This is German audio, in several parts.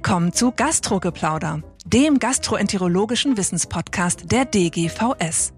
willkommen zu Gastrogeplauder, dem gastroenterologischen Wissenspodcast der DGVS.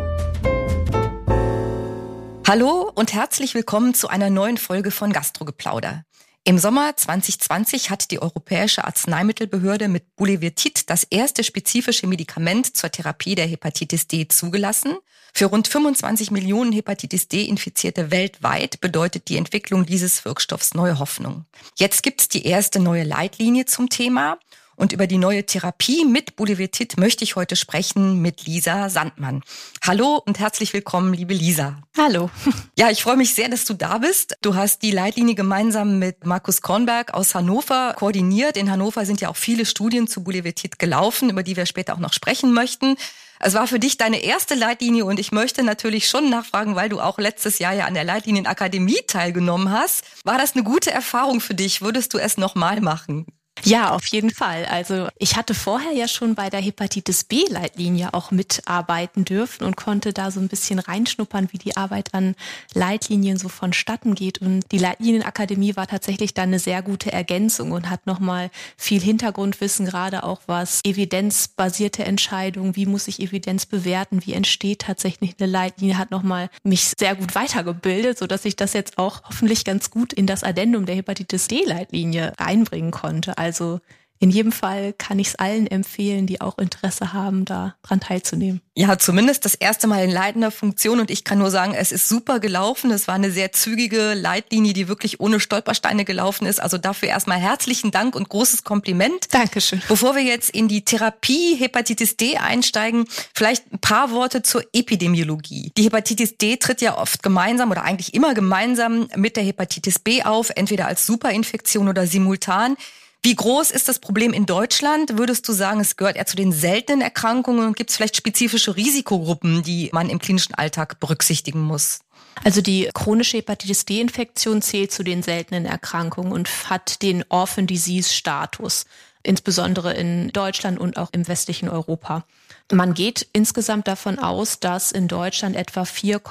Hallo und herzlich willkommen zu einer neuen Folge von Gastrogeplauder. Im Sommer 2020 hat die Europäische Arzneimittelbehörde mit Bulevirtid das erste spezifische Medikament zur Therapie der Hepatitis D zugelassen. Für rund 25 Millionen Hepatitis D-Infizierte weltweit bedeutet die Entwicklung dieses Wirkstoffs neue Hoffnung. Jetzt gibt's die erste neue Leitlinie zum Thema. Und über die neue Therapie mit Bulevirtid möchte ich heute sprechen mit Lisa Sandmann. Hallo und herzlich willkommen, liebe Lisa. Hallo. Ja, ich freue mich sehr, dass du da bist. Du hast die Leitlinie gemeinsam mit Markus Kornberg aus Hannover koordiniert. In Hannover sind ja auch viele Studien zu Bulevirtid gelaufen, über die wir später auch noch sprechen möchten. Es war für dich deine erste Leitlinie und ich möchte natürlich schon nachfragen, weil du auch letztes Jahr ja an der Leitlinienakademie teilgenommen hast. War das eine gute Erfahrung für dich? Würdest du es nochmal machen? Ja, auf jeden Fall. Also ich hatte vorher ja schon bei der Hepatitis B-Leitlinie auch mitarbeiten dürfen und konnte da so ein bisschen reinschnuppern, wie die Arbeit an Leitlinien so vonstatten geht. Und die Leitlinienakademie war tatsächlich dann eine sehr gute Ergänzung und hat nochmal viel Hintergrundwissen, gerade auch was evidenzbasierte Entscheidungen, wie muss ich Evidenz bewerten, wie entsteht tatsächlich eine Leitlinie, hat nochmal mich sehr gut weitergebildet, sodass ich das jetzt auch hoffentlich ganz gut in das Addendum der Hepatitis D-Leitlinie reinbringen konnte. Also in jedem Fall kann ich es allen empfehlen, die auch Interesse haben, da dran teilzunehmen. Ja, zumindest das erste Mal in leitender Funktion und ich kann nur sagen, es ist super gelaufen. Es war eine sehr zügige Leitlinie, die wirklich ohne Stolpersteine gelaufen ist. Also dafür erstmal herzlichen Dank und großes Kompliment. Dankeschön. Bevor wir jetzt in die Therapie Hepatitis D einsteigen, vielleicht ein paar Worte zur Epidemiologie. Die Hepatitis D tritt ja oft gemeinsam oder eigentlich immer gemeinsam mit der Hepatitis B auf, entweder als Superinfektion oder simultan. Wie groß ist das Problem in Deutschland? Würdest du sagen, es gehört eher zu den seltenen Erkrankungen und gibt es vielleicht spezifische Risikogruppen, die man im klinischen Alltag berücksichtigen muss? Also die chronische Hepatitis D-Infektion zählt zu den seltenen Erkrankungen und hat den Orphan Disease-Status, insbesondere in Deutschland und auch im westlichen Europa. Man geht insgesamt davon aus, dass in Deutschland etwa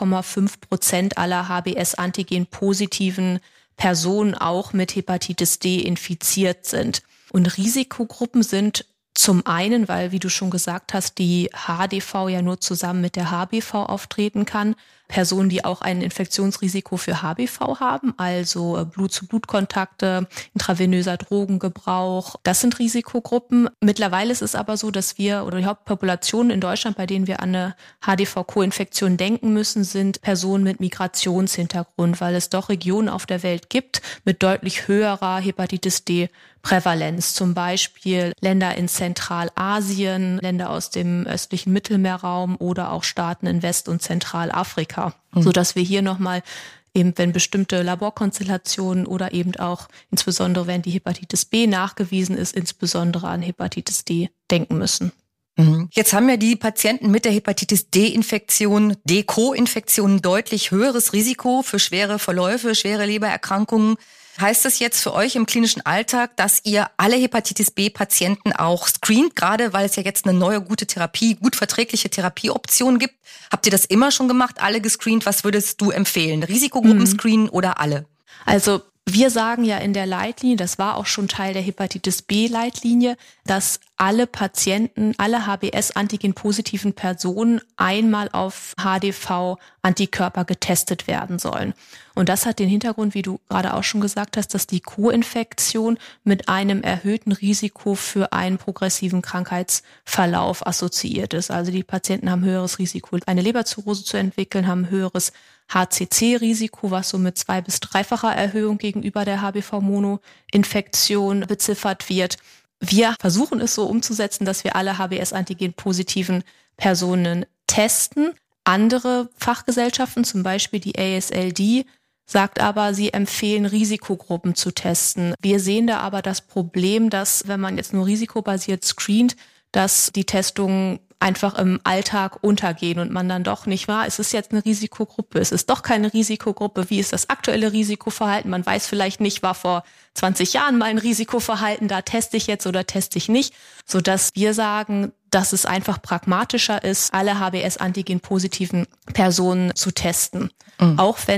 4,5% aller HBs-Antigen-positiven Personen auch mit Hepatitis D infiziert sind. Und Risikogruppen sind zum einen, weil, wie du schon gesagt hast, die HDV ja nur zusammen mit der HBV auftreten kann, Personen, die auch ein Infektionsrisiko für HBV haben, also Blut-zu-Blut-Kontakte, intravenöser Drogengebrauch, das sind Risikogruppen. Mittlerweile ist es aber so, dass wir oder die Hauptpopulationen in Deutschland, bei denen wir an eine HDV-Co-Infektion denken müssen, sind Personen mit Migrationshintergrund, weil es doch Regionen auf der Welt gibt mit deutlich höherer Hepatitis D-Prävalenz. Zum Beispiel Länder in Zentralasien, Länder aus dem östlichen Mittelmeerraum oder auch Staaten in West- und Zentralafrika. Sodass wir hier nochmal eben, wenn bestimmte Laborkonstellationen oder eben auch insbesondere, wenn die Hepatitis B nachgewiesen ist, insbesondere an Hepatitis D denken müssen. Jetzt haben ja die Patienten mit der Hepatitis D-Infektion, D-Co-Infektion ein deutlich höheres Risiko für schwere Verläufe, schwere Lebererkrankungen. Heißt das jetzt für euch im klinischen Alltag, dass ihr alle Hepatitis B-Patienten auch screent, gerade weil es ja jetzt eine neue, gute Therapie, gut verträgliche Therapieoption gibt? Habt ihr das immer schon gemacht, alle gescreent? Was würdest du empfehlen? Risikogruppen screenen oder alle? Also wir sagen ja in der Leitlinie, das war auch schon Teil der Hepatitis B-Leitlinie, dass alle Patienten, alle HBs-Antigen-positiven Personen einmal auf HDV-Antikörper getestet werden sollen. Und das hat den Hintergrund, wie du gerade auch schon gesagt hast, dass die Co-Infektion mit einem erhöhten Risiko für einen progressiven Krankheitsverlauf assoziiert ist. Also die Patienten haben höheres Risiko, eine Leberzirrhose zu entwickeln, haben höheres HCC-Risiko, was so mit 2- bis 3-facher Erhöhung gegenüber der HBV-Mono-Infektion beziffert wird. Wir versuchen es so umzusetzen, dass wir alle HBs-Antigen-positiven Personen testen. Andere Fachgesellschaften, zum Beispiel die AASLD, sagt aber, sie empfehlen Risikogruppen zu testen. Wir sehen da aber das Problem, dass, wenn man jetzt nur risikobasiert screent, dass die Testungen einfach im Alltag untergehen und man dann doch nicht wahr, es ist jetzt eine Risikogruppe, es ist doch keine Risikogruppe, wie ist das aktuelle Risikoverhalten? Man weiß vielleicht nicht, war vor 20 Jahren mal ein Risikoverhalten, da teste ich jetzt oder teste ich nicht, sodass wir sagen, dass es einfach pragmatischer ist, alle HBs-Antigen-positiven Personen zu testen. Auch wenn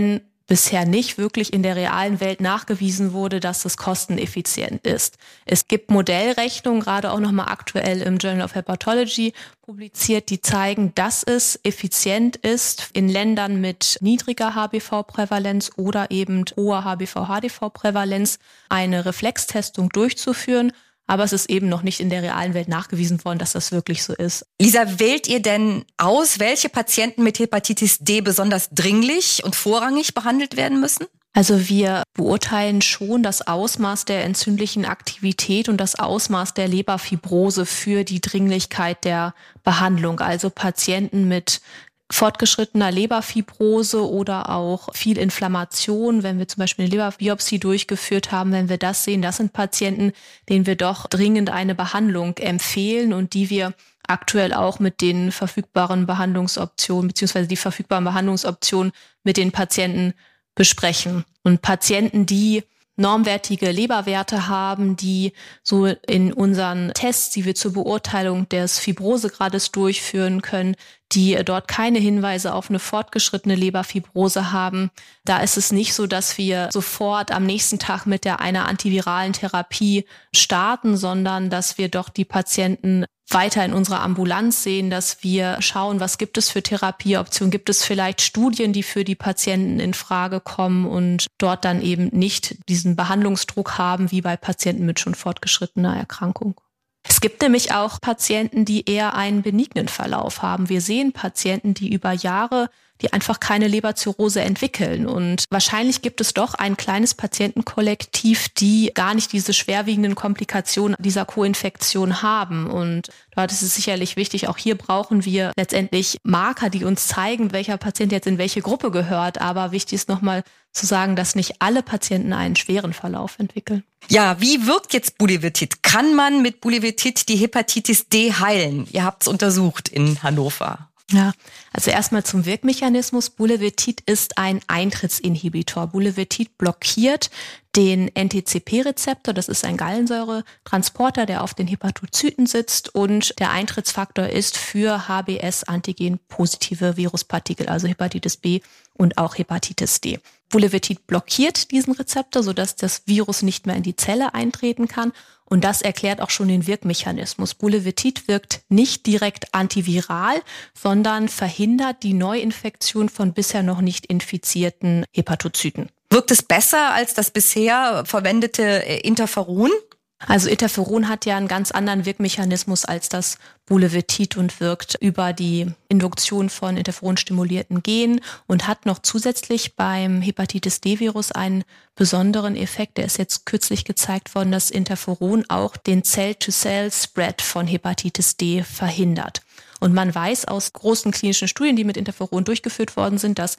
bisher nicht wirklich in der realen Welt nachgewiesen wurde, dass es kosteneffizient ist. Es gibt Modellrechnungen, gerade auch nochmal aktuell im Journal of Hepatology publiziert, die zeigen, dass es effizient ist, in Ländern mit niedriger HBV-Prävalenz oder eben hoher HBV-HDV-Prävalenz eine Reflextestung durchzuführen. Aber es ist eben noch nicht in der realen Welt nachgewiesen worden, dass das wirklich so ist. Lisa, wählt ihr denn aus, welche Patienten mit Hepatitis D besonders dringlich und vorrangig behandelt werden müssen? Also wir beurteilen schon das Ausmaß der entzündlichen Aktivität und das Ausmaß der Leberfibrose für die Dringlichkeit der Behandlung. Also Patienten mit fortgeschrittener Leberfibrose oder auch viel Inflammation, wenn wir zum Beispiel eine Leberbiopsie durchgeführt haben, wenn wir das sehen, das sind Patienten, denen wir doch dringend eine Behandlung empfehlen und die wir aktuell auch mit den verfügbaren Behandlungsoptionen beziehungsweise die verfügbaren Behandlungsoptionen mit den Patienten besprechen. Und Patienten, die normwertige Leberwerte haben, die so in unseren Tests, die wir zur Beurteilung des Fibrosegrades durchführen können, die dort keine Hinweise auf eine fortgeschrittene Leberfibrose haben. Da ist es nicht so, dass wir sofort am nächsten Tag mit einer antiviralen Therapie starten, sondern dass wir doch die Patienten weiter in unserer Ambulanz sehen, dass wir schauen, was gibt es für Therapieoptionen, gibt es vielleicht Studien, die für die Patienten in Frage kommen und dort dann eben nicht diesen Behandlungsdruck haben wie bei Patienten mit schon fortgeschrittener Erkrankung. Es gibt nämlich auch Patienten, die eher einen benignen Verlauf haben. Wir sehen Patienten, die über Jahre, die einfach keine Leberzirrhose entwickeln. Und wahrscheinlich gibt es doch ein kleines Patientenkollektiv, die gar nicht diese schwerwiegenden Komplikationen dieser Koinfektion haben. Und dort ist es sicherlich wichtig, auch hier brauchen wir letztendlich Marker, die uns zeigen, welcher Patient jetzt in welche Gruppe gehört. Aber wichtig ist nochmal zu sagen, dass nicht alle Patienten einen schweren Verlauf entwickeln. Ja, wie wirkt jetzt Bulevirtid? Kann man mit Bulevirtid die Hepatitis D heilen? Ihr habt es untersucht in Hannover. Ja, also erstmal zum Wirkmechanismus. Bulevirtid ist ein Eintrittsinhibitor. Bulevirtid blockiert den NTCP-Rezeptor, das ist ein Gallensäuretransporter, der auf den Hepatozyten sitzt und der Eintrittsfaktor ist für HBs-Antigen-positive Viruspartikel, also Hepatitis B und auch Hepatitis D. Bulevirtid blockiert diesen Rezeptor, sodass das Virus nicht mehr in die Zelle eintreten kann. Und das erklärt auch schon den Wirkmechanismus. Bulevirtid wirkt nicht direkt antiviral, sondern verhindert die Neuinfektion von bisher noch nicht infizierten Hepatozyten. Wirkt es besser als das bisher verwendete Interferon? Also Interferon hat ja einen ganz anderen Wirkmechanismus als das Bulevirtid und wirkt über die Induktion von interferonstimulierten Genen und hat noch zusätzlich beim Hepatitis D-Virus einen besonderen Effekt. Der ist jetzt kürzlich gezeigt worden, dass Interferon auch den Cell-to-Cell-Spread von Hepatitis D verhindert. Und man weiß aus großen klinischen Studien, die mit Interferon durchgeführt worden sind, dass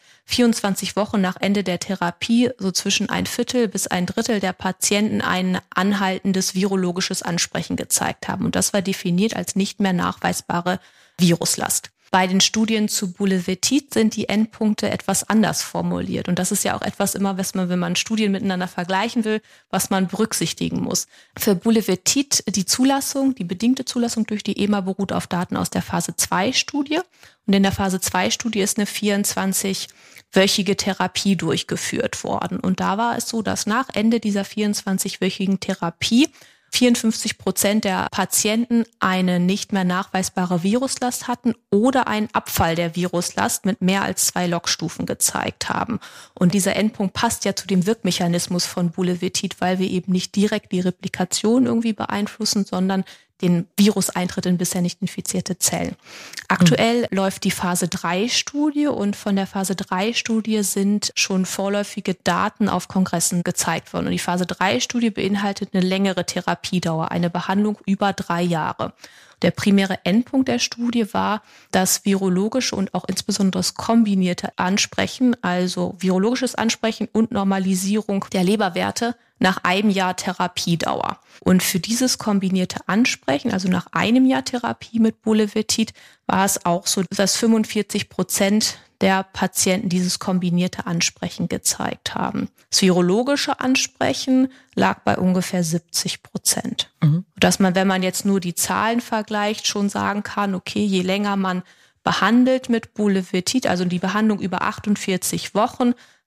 24 Wochen nach Ende der Therapie so zwischen 1/4 bis 1/3 der Patienten ein anhaltendes virologisches Ansprechen gezeigt haben. Und das war definiert als nicht mehr nachweisbare Viruslast. Bei den Studien zu Bulevirtid sind die Endpunkte etwas anders formuliert. Und das ist ja auch etwas immer, was man, wenn man Studien miteinander vergleichen will, was man berücksichtigen muss. Für Bulevirtid die Zulassung, die bedingte Zulassung durch die EMA beruht auf Daten aus der Phase-2-Studie. Und in der Phase-2-Studie ist eine 24-wöchige Therapie durchgeführt worden. Und da war es so, dass nach Ende dieser 24-wöchigen Therapie 54% der Patienten eine nicht mehr nachweisbare Viruslast hatten oder einen Abfall der Viruslast mit mehr als 2 Logstufen gezeigt haben. Und dieser Endpunkt passt ja zu dem Wirkmechanismus von Bulevirtid, weil wir eben nicht direkt die Replikation irgendwie beeinflussen, sondern den Viruseintritt in bisher nicht infizierte Zellen. Aktuell läuft die Phase-3-Studie und von der Phase-3-Studie sind schon vorläufige Daten auf Kongressen gezeigt worden. Und die Phase-3-Studie beinhaltet eine längere Therapiedauer, eine Behandlung über 3 Jahre. Der primäre Endpunkt der Studie war das virologische und auch insbesondere das kombinierte Ansprechen, also virologisches Ansprechen und Normalisierung der Leberwerte nach einem Jahr Therapiedauer. Und für dieses kombinierte Ansprechen, also nach einem Jahr Therapie mit Bulevirtid, war es auch so, dass 45% der Patienten dieses kombinierte Ansprechen gezeigt haben. Das virologische Ansprechen lag bei ungefähr 70%. Dass man, wenn man jetzt nur die Zahlen vergleicht, schon sagen kann, okay, je länger man behandelt mit Bulevirtid, also die Behandlung über 48 Wochen,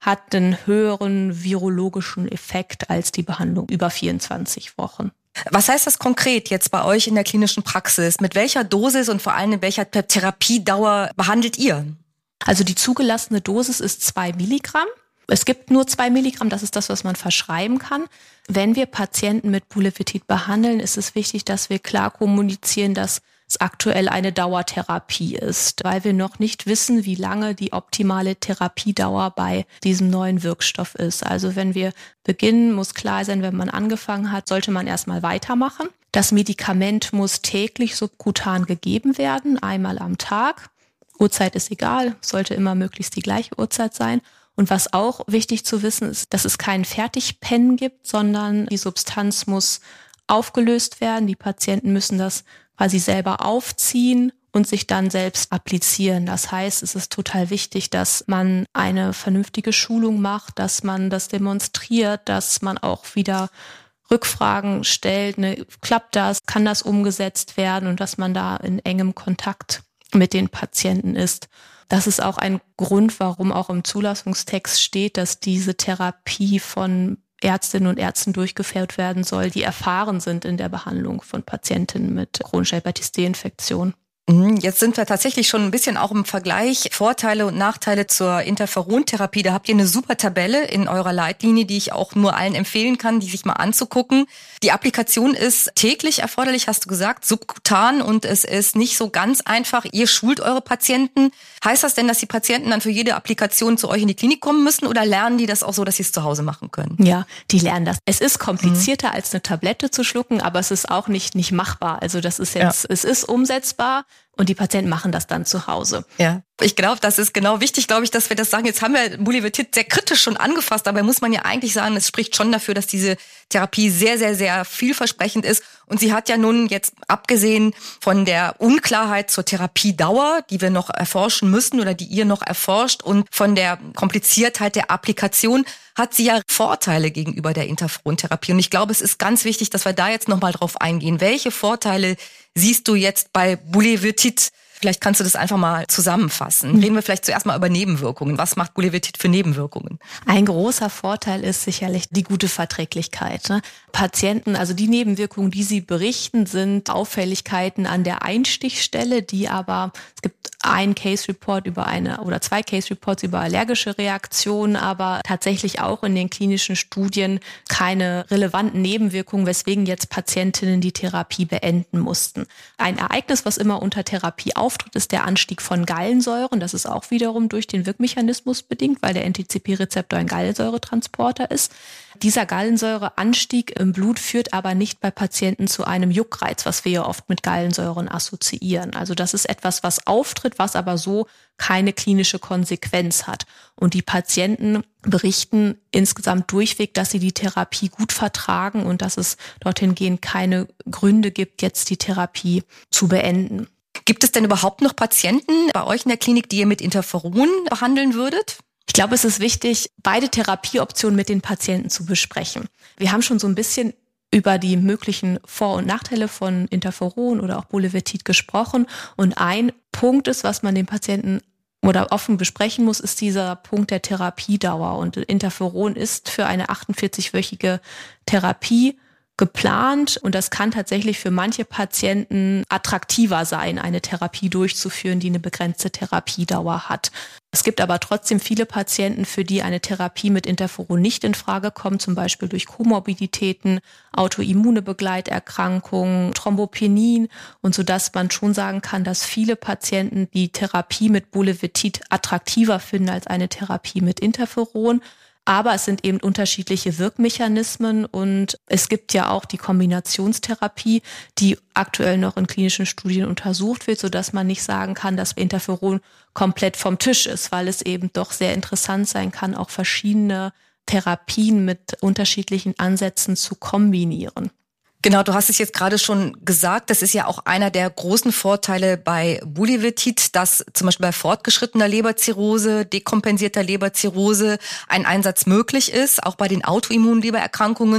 hat einen höheren virologischen Effekt als die Behandlung über 24 Wochen. Was heißt das konkret jetzt bei euch in der klinischen Praxis? Mit welcher Dosis und vor allem in welcher Therapiedauer behandelt ihr? Also die zugelassene Dosis ist 2 Milligramm. Es gibt nur 2 Milligramm, das ist das, was man verschreiben kann. Wenn wir Patienten mit Bulevirtid behandeln, ist es wichtig, dass wir klar kommunizieren, dass es aktuell eine Dauertherapie ist, weil wir noch nicht wissen, wie lange die optimale Therapiedauer bei diesem neuen Wirkstoff ist. Also wenn wir beginnen, muss klar sein, wenn man angefangen hat, sollte man erstmal weitermachen. Das Medikament muss täglich subkutan gegeben werden, einmal am Tag. Uhrzeit ist egal, sollte immer möglichst die gleiche Uhrzeit sein. Und was auch wichtig zu wissen ist, dass es keinen Fertigpen gibt, sondern die Substanz muss aufgelöst werden. Die Patienten müssen das quasi selber aufziehen und sich dann selbst applizieren. Das heißt, es ist total wichtig, dass man eine vernünftige Schulung macht, dass man das demonstriert, dass man auch wieder Rückfragen stellt. Klappt das? Kann das umgesetzt werden? Und dass man da in engem Kontakt mit den Patienten ist. Das ist auch ein Grund, warum auch im Zulassungstext steht, dass diese Therapie von Ärztinnen und Ärzten durchgeführt werden soll, die erfahren sind in der Behandlung von Patientinnen mit chronischer Hepatitis D-Infektion. Jetzt sind wir tatsächlich schon ein bisschen auch im Vergleich Vorteile und Nachteile zur Interferontherapie. Da habt ihr eine super Tabelle in eurer Leitlinie, die ich auch nur allen empfehlen kann, die sich mal anzugucken. Die Applikation ist täglich erforderlich, hast du gesagt, subkutan, und es ist nicht so ganz einfach. Ihr schult eure Patienten. Heißt das denn, dass die Patienten dann für jede Applikation zu euch in die Klinik kommen müssen, oder lernen die das auch so, dass sie es zu Hause machen können? Ja, die lernen das. Es ist komplizierter als eine Tablette zu schlucken, aber es ist auch nicht machbar. Also das ist jetzt, Es ist umsetzbar. Und die Patienten machen das dann zu Hause. Ja, ich glaube, das ist genau wichtig, dass wir das sagen. Jetzt haben wir Bulevirtid sehr kritisch schon angefasst. Dabei muss man ja eigentlich sagen, es spricht schon dafür, dass diese Therapie sehr, sehr, sehr vielversprechend ist. Und sie hat ja nun jetzt, abgesehen von der Unklarheit zur Therapiedauer, die wir noch erforschen müssen oder die ihr noch erforscht, und von der Kompliziertheit der Applikation, hat sie ja Vorteile gegenüber der Interferontherapie. Und ich glaube, es ist ganz wichtig, dass wir da jetzt nochmal drauf eingehen. Welche Vorteile siehst du jetzt bei Bulevirtid? Vielleicht kannst du das einfach mal zusammenfassen. Reden wir vielleicht zuerst mal über Nebenwirkungen. Was macht Bulevirtid für Nebenwirkungen? Ein großer Vorteil ist sicherlich die gute Verträglichkeit. Patienten, also die Nebenwirkungen, die sie berichten, sind Auffälligkeiten an der Einstichstelle, die aber, es gibt ein Case Report oder 2 Case Reports über allergische Reaktionen, aber tatsächlich auch in den klinischen Studien keine relevanten Nebenwirkungen, weswegen jetzt Patientinnen die Therapie beenden mussten. Ein Ereignis, was immer unter Therapie auftritt, ist der Anstieg von Gallensäuren. Das ist auch wiederum durch den Wirkmechanismus bedingt, weil der NTCP-Rezeptor ein Gallensäuretransporter ist. Dieser Gallensäureanstieg im Blut führt aber nicht bei Patienten zu einem Juckreiz, was wir ja oft mit Gallensäuren assoziieren. Also das ist etwas, was auftritt, was aber so keine klinische Konsequenz hat. Und die Patienten berichten insgesamt durchweg, dass sie die Therapie gut vertragen und dass es dorthin gehend keine Gründe gibt, jetzt die Therapie zu beenden. Gibt es denn überhaupt noch Patienten bei euch in der Klinik, die ihr mit Interferon behandeln würdet? Ich glaube, es ist wichtig, beide Therapieoptionen mit den Patienten zu besprechen. Wir haben schon so ein bisschen über die möglichen Vor- und Nachteile von Interferon oder auch Bulevirtid gesprochen. Und ein Punkt ist, was man den Patienten oder offen besprechen muss, ist dieser Punkt der Therapiedauer. Und Interferon ist für eine 48-wöchige Therapie geplant, und das kann tatsächlich für manche Patienten attraktiver sein, eine Therapie durchzuführen, die eine begrenzte Therapiedauer hat. Es gibt aber trotzdem viele Patienten, für die eine Therapie mit Interferon nicht in Frage kommt, zum Beispiel durch Komorbiditäten, autoimmune Begleiterkrankungen, Thrombopenin, und so dass man schon sagen kann, dass viele Patienten die Therapie mit Bulevirtid attraktiver finden als eine Therapie mit Interferon. Aber es sind eben unterschiedliche Wirkmechanismen, und es gibt ja auch die Kombinationstherapie, die aktuell noch in klinischen Studien untersucht wird, sodass man nicht sagen kann, dass Interferon komplett vom Tisch ist, weil es eben doch sehr interessant sein kann, auch verschiedene Therapien mit unterschiedlichen Ansätzen zu kombinieren. Genau, du hast es jetzt gerade schon gesagt, das ist ja auch einer der großen Vorteile bei Bulevirtid, dass zum Beispiel bei fortgeschrittener Leberzirrhose, dekompensierter Leberzirrhose ein Einsatz möglich ist, auch bei den autoimmunen Lebererkrankungen.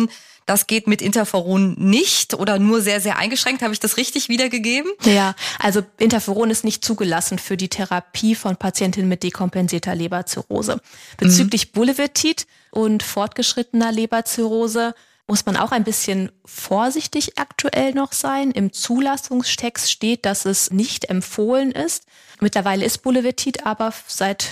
das geht mit Interferon nicht oder nur sehr, sehr eingeschränkt. Habe ich das richtig wiedergegeben? Ja, also Interferon ist nicht zugelassen für die Therapie von Patientinnen mit dekompensierter Leberzirrhose. Bezüglich Bulevirtid und fortgeschrittener Leberzirrhose muss man auch ein bisschen vorsichtig aktuell noch sein. Im Zulassungstext steht, dass es nicht empfohlen ist. Mittlerweile ist Bulevirtid aber seit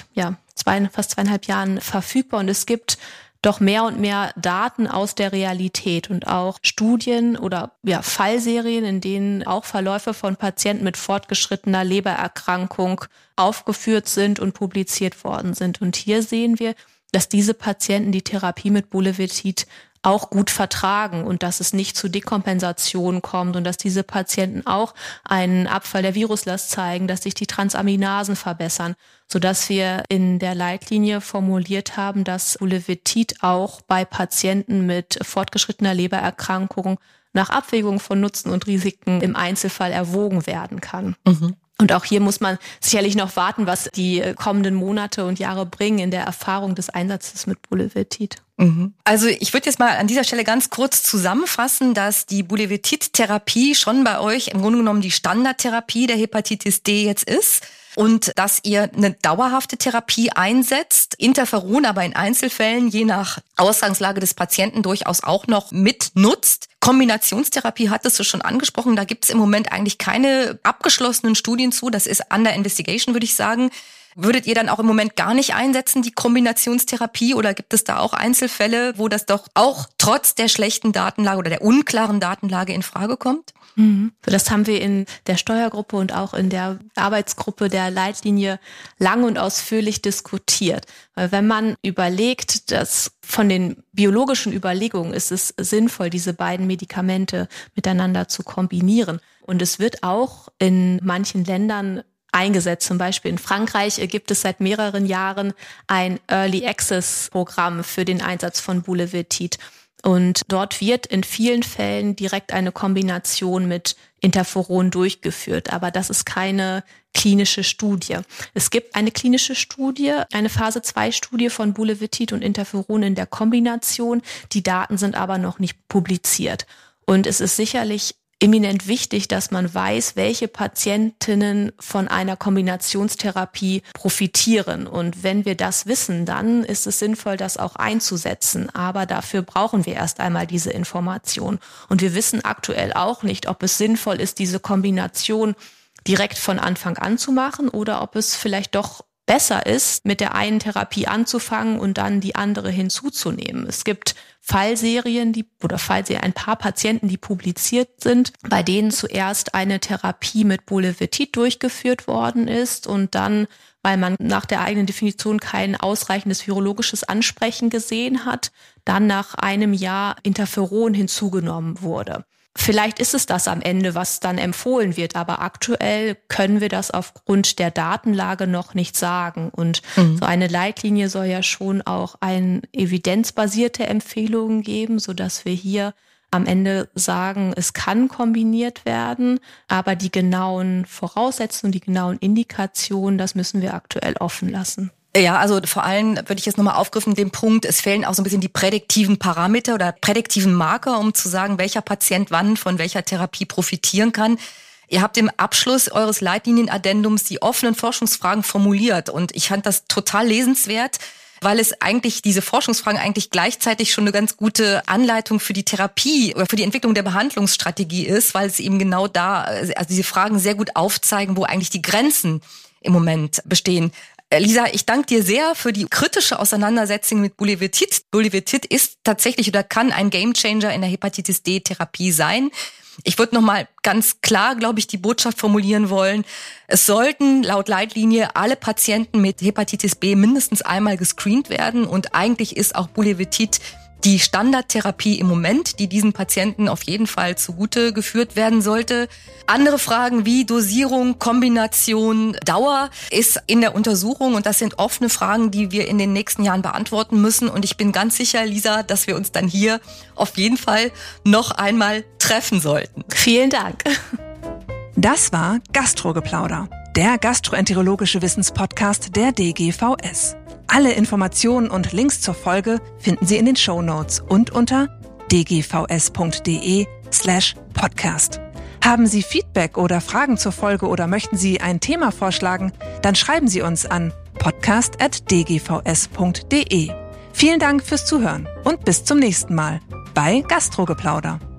fast 2,5 Jahren verfügbar und es gibt doch mehr und mehr Daten aus der Realität und auch Studien oder Fallserien, in denen auch Verläufe von Patienten mit fortgeschrittener Lebererkrankung aufgeführt sind und publiziert worden sind. Und hier sehen wir, dass diese Patienten die Therapie mit Bulevirtid auch gut vertragen und dass es nicht zu Dekompensation kommt und dass diese Patienten auch einen Abfall der Viruslast zeigen, dass sich die Transaminasen verbessern, sodass wir in der Leitlinie formuliert haben, dass Bulevirtid auch bei Patienten mit fortgeschrittener Lebererkrankung nach Abwägung von Nutzen und Risiken im Einzelfall erwogen werden kann. Und auch hier muss man sicherlich noch warten, was die kommenden Monate und Jahre bringen in der Erfahrung des Einsatzes mit Bulevirtid. Also ich würde jetzt mal an dieser Stelle ganz kurz zusammenfassen, dass die Bulevirtid-Therapie schon bei euch im Grunde genommen die Standardtherapie der Hepatitis D jetzt ist und dass ihr eine dauerhafte Therapie einsetzt, Interferon aber in Einzelfällen je nach Ausgangslage des Patienten durchaus auch noch mitnutzt. Kombinationstherapie hattest du schon angesprochen, da gibt es im Moment eigentlich keine abgeschlossenen Studien zu, das ist under investigation, würde ich sagen. Würdet ihr dann auch im Moment gar nicht einsetzen, die Kombinationstherapie, oder gibt es da auch Einzelfälle, wo das doch auch trotz der schlechten Datenlage oder der unklaren Datenlage in Frage kommt? Das haben wir in der Steuergruppe und auch in der Arbeitsgruppe der Leitlinie lang und ausführlich diskutiert. Weil wenn man überlegt, dass von den biologischen Überlegungen ist es sinnvoll, diese beiden Medikamente miteinander zu kombinieren. Und es wird auch in manchen Ländern eingesetzt. Zum Beispiel in Frankreich gibt es seit mehreren Jahren ein Early Access Programm für den Einsatz von Bulevirtid. Und dort wird in vielen Fällen direkt eine Kombination mit Interferon durchgeführt. Aber das ist keine klinische Studie. Es gibt eine klinische Studie, eine Phase-2-Studie von Bulevirtid und Interferon in der Kombination. Die Daten sind aber noch nicht publiziert. Und es ist sicherlich eminent wichtig, dass man weiß, welche Patientinnen von einer Kombinationstherapie profitieren. Und wenn wir das wissen, dann ist es sinnvoll, das auch einzusetzen. Aber dafür brauchen wir erst einmal diese Information. Und wir wissen aktuell auch nicht, ob es sinnvoll ist, diese Kombination direkt von Anfang an zu machen oder ob es vielleicht doch besser ist, mit der einen Therapie anzufangen und dann die andere hinzuzunehmen. Es gibt Fallserien, ein paar Patienten, die publiziert sind, bei denen zuerst eine Therapie mit Bulevirtid durchgeführt worden ist und dann, weil man nach der eigenen Definition kein ausreichendes virologisches Ansprechen gesehen hat, dann nach einem Jahr Interferon hinzugenommen wurde. Vielleicht ist es das am Ende, was dann empfohlen wird, aber aktuell können wir das aufgrund der Datenlage noch nicht sagen. Und so eine Leitlinie soll ja schon auch eine evidenzbasierte Empfehlung geben, sodass wir hier am Ende sagen, es kann kombiniert werden, aber die genauen Voraussetzungen, die genauen Indikationen, das müssen wir aktuell offen lassen. Ja, also vor allem würde ich jetzt nochmal aufgreifen, den Punkt, es fehlen auch so ein bisschen die prädiktiven Parameter oder prädiktiven Marker, um zu sagen, welcher Patient wann von welcher Therapie profitieren kann. Ihr habt im Abschluss eures Leitlinienaddendums die offenen Forschungsfragen formuliert und ich fand das total lesenswert, weil es eigentlich, diese Forschungsfragen eigentlich gleichzeitig schon eine ganz gute Anleitung für die Therapie oder für die Entwicklung der Behandlungsstrategie ist, weil es eben genau da, also diese Fragen sehr gut aufzeigen, wo eigentlich die Grenzen im Moment bestehen. Lisa, ich danke dir sehr für die kritische Auseinandersetzung mit Bulevirtid. Bulevirtid ist tatsächlich oder kann ein Gamechanger in der Hepatitis D-Therapie sein. Ich würde nochmal ganz klar, glaube ich, die Botschaft formulieren wollen. Es sollten laut Leitlinie alle Patienten mit Hepatitis B mindestens einmal gescreent werden und eigentlich ist auch Bulevirtid die Standardtherapie im Moment, die diesen Patienten auf jeden Fall zugute geführt werden sollte. Andere Fragen wie Dosierung, Kombination, Dauer ist in der Untersuchung und das sind offene Fragen, die wir in den nächsten Jahren beantworten müssen. Und ich bin ganz sicher, Lisa, dass wir uns dann hier auf jeden Fall noch einmal treffen sollten. Vielen Dank. Das war Gastrogeplauder, der gastroenterologische Wissenspodcast der DGVS. Alle Informationen und Links zur Folge finden Sie in den Shownotes und unter dgvs.de/podcast. Haben Sie Feedback oder Fragen zur Folge oder möchten Sie ein Thema vorschlagen? Dann schreiben Sie uns an podcast@dgvs.de. Vielen Dank fürs Zuhören und bis zum nächsten Mal bei Gastrogeplauder.